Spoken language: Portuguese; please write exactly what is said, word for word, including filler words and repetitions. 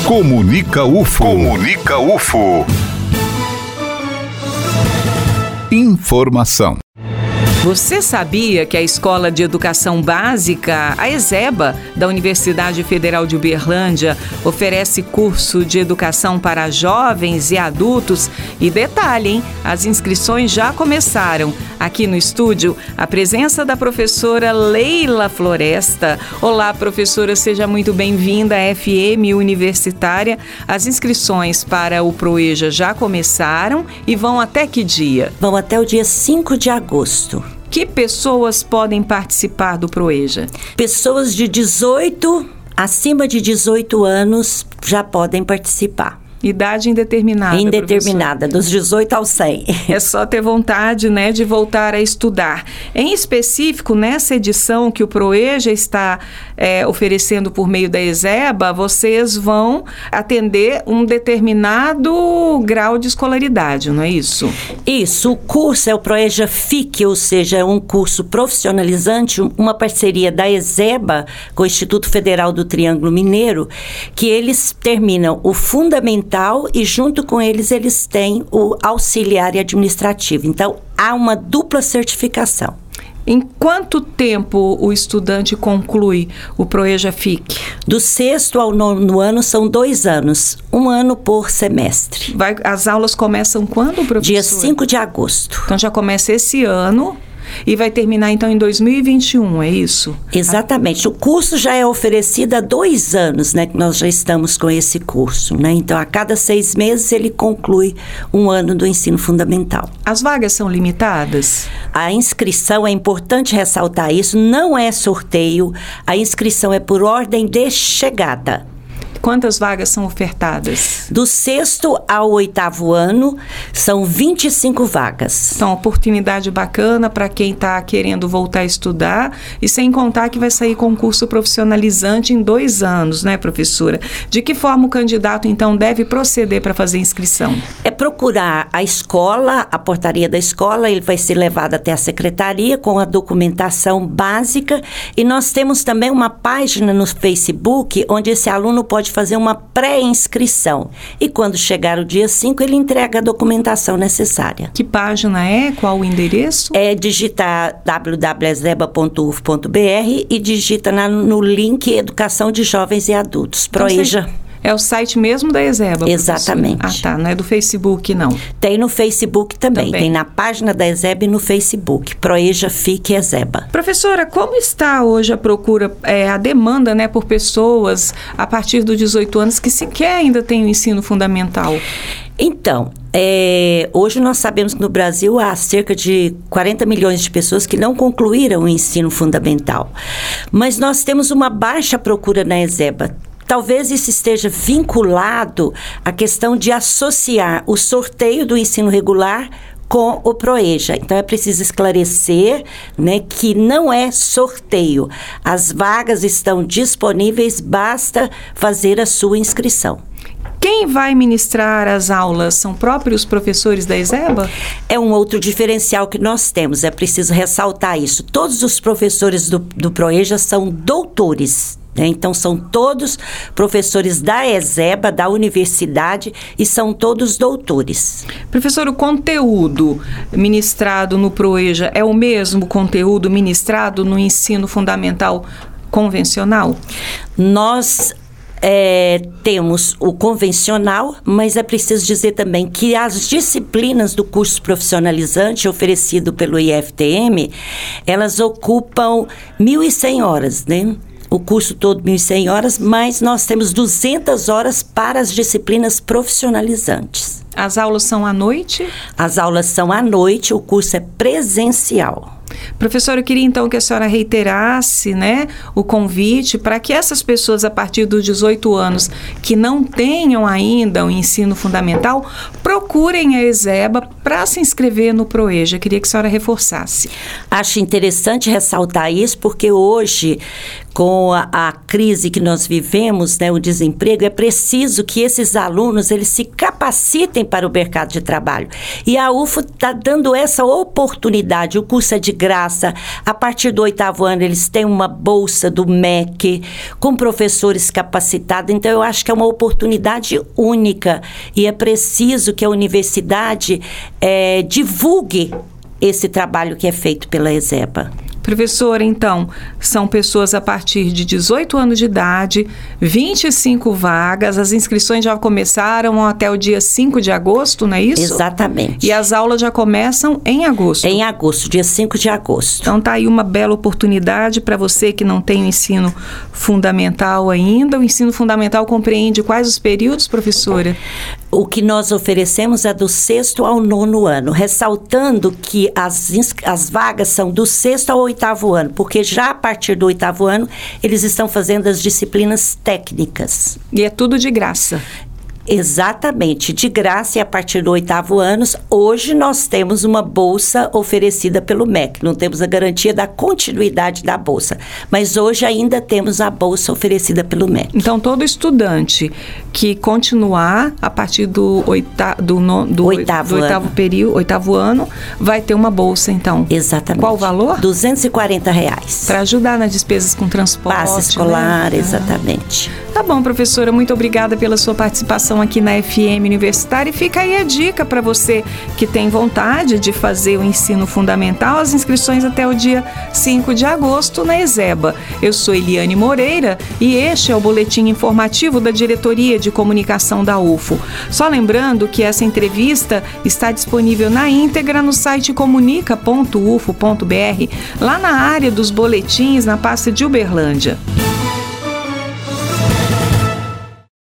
Comunica U F O. Comunica U F O. Informação. Você sabia que a Escola de Educação Básica, a ESEBA, da Universidade Federal de Uberlândia, oferece curso de educação para jovens e adultos? E detalhe, hein? As inscrições já começaram. Aqui no estúdio, a presença da professora Leila Floresta. Olá, professora, seja muito bem-vinda à F M Universitária. As inscrições para o PROEJA já começaram e vão até que dia? Vão até o dia cinco de agosto. Que pessoas podem participar do PROEJA? Pessoas de dezoito, acima de dezoito anos, já podem participar. Idade indeterminada, Indeterminada, professora. Dos dezoito aos cem. É só ter vontade, né, de voltar a estudar. Em específico, nessa edição que o PROEJA está é, oferecendo por meio da ESEBA, vocês vão atender um determinado grau de escolaridade, não é isso? Isso, o curso é o PROEJA F I C, ou seja, é um curso profissionalizante, uma parceria da ESEBA com o Instituto Federal do Triângulo Mineiro, que eles terminam o fundamental e junto com eles, eles têm o auxiliar e administrativo. Então, há uma dupla certificação. Em quanto tempo o estudante conclui o PROEJA F I C? Do sexto ao nono ano são dois anos, um ano por semestre. Vai, as aulas começam quando, professor? Dia cinco de agosto. Então já começa esse ano e vai terminar então em dois mil e vinte e um, é isso? Exatamente. O curso já é oferecido há dois anos, né, que nós já estamos com esse curso, né? Então, a cada seis meses ele conclui um ano do ensino fundamental. As vagas são limitadas? A inscrição, é importante ressaltar isso, não é sorteio, a inscrição é por ordem de chegada. Quantas vagas são ofertadas? Do sexto ao oitavo ano, são vinte e cinco vagas. Então, oportunidade bacana para quem está querendo voltar a estudar, e sem contar que vai sair concurso profissionalizante em dois anos, né, professora? De que forma o candidato, então, deve proceder para fazer inscrição? É procurar a escola, a portaria da escola, ele vai ser levado até a secretaria com a documentação básica, e nós temos também uma página no Facebook, onde esse aluno pode fazer uma pré-inscrição. E quando chegar o dia cinco, ele entrega a documentação necessária. Que página é? Qual o endereço? É digitar w w w ponto ezeba ponto u f ponto b r e digita na, no link Educação de Jovens e Adultos. PROEJA. Então, é o site mesmo da ESEBA? Exatamente. Professor? Ah, tá. Não é do Facebook, não? Tem no Facebook também. também. Tem na página da ESEBA e no Facebook. PROEJA F I C ESEBA. Professora, como está hoje a procura, é, a demanda, né, por pessoas a partir dos dezoito anos que sequer ainda têm o ensino fundamental? Então, é, hoje nós sabemos que no Brasil há cerca de quarenta milhões de pessoas que não concluíram o ensino fundamental. Mas nós temos uma baixa procura na ESEBA. Talvez isso esteja vinculado à questão de associar o sorteio do ensino regular com o PROEJA. Então, é preciso esclarecer, né, que não é sorteio. As vagas estão disponíveis, basta fazer a sua inscrição. Quem vai ministrar as aulas são próprios professores da ESEBA? É um outro diferencial que nós temos, é preciso ressaltar isso. Todos os professores do, do PROEJA são doutores. Então, são todos professores da ESEBA, da universidade, e são todos doutores. Professor, o conteúdo ministrado no PROEJA é o mesmo conteúdo ministrado no ensino fundamental convencional? Nós é, temos o convencional, mas é preciso dizer também que as disciplinas do curso profissionalizante oferecido pelo I F T M, elas ocupam mil e cem horas, né? O curso todo mil e cem horas, mas nós temos duzentas horas para as disciplinas profissionalizantes. As aulas são à noite? As aulas são à noite, o curso é presencial. Professora, eu queria então que a senhora reiterasse, né, o convite para que essas pessoas a partir dos dezoito anos que não tenham ainda o ensino fundamental procurem a ESEBA para se inscrever no PROEJA. Eu queria que a senhora reforçasse. Acho interessante ressaltar isso porque hoje, com a, a crise que nós vivemos, né, o desemprego, é preciso que esses alunos eles se capacitem para o mercado de trabalho. E a U F O está dando essa oportunidade. O curso é de graça. A partir do oitavo ano, eles têm uma bolsa do M E C, com professores capacitados. Então, eu acho que é uma oportunidade única. E é preciso que a universidade é, divulgue esse trabalho que é feito pela ESEBA. Professora, então, são pessoas a partir de dezoito anos de idade, vinte e cinco vagas, as inscrições já começaram até o dia cinco de agosto, não é isso? Exatamente. E as aulas já começam em agosto? Em agosto, dia cinco de agosto. Então tá aí uma bela oportunidade para você que não tem o ensino fundamental ainda. O ensino fundamental compreende quais os períodos, professora? O que nós oferecemos é do sexto ao nono ano, ressaltando que as, as vagas são do sexto ao oitavo ano, porque já a partir do oitavo ano eles estão fazendo as disciplinas técnicas. E é tudo de graça. Exatamente, de graça, e a partir do oitavo ano, hoje nós temos uma bolsa oferecida pelo M E C. Não temos a garantia da continuidade da bolsa, mas hoje ainda temos a bolsa oferecida pelo M E C. Então, todo estudante que continuar a partir do, oita, do, no, do, oitavo, do oitavo, período, oitavo ano vai ter uma bolsa, então. Exatamente. Qual o valor? duzentos e quarenta reais. Para ajudar nas despesas com transporte. Passe escolar, né? Ah. Exatamente. Tá bom, professora, muito obrigada pela sua participação aqui na F M Universitária. E fica aí a dica para você que tem vontade de fazer o ensino fundamental, as inscrições até o dia cinco de agosto na ESEBA. Eu sou Eliane Moreira e este é o boletim informativo da Diretoria de Comunicação da U F O. Só lembrando que essa entrevista está disponível na íntegra no site comunica ponto u f o ponto b r, lá na área dos boletins, na pasta de Uberlândia.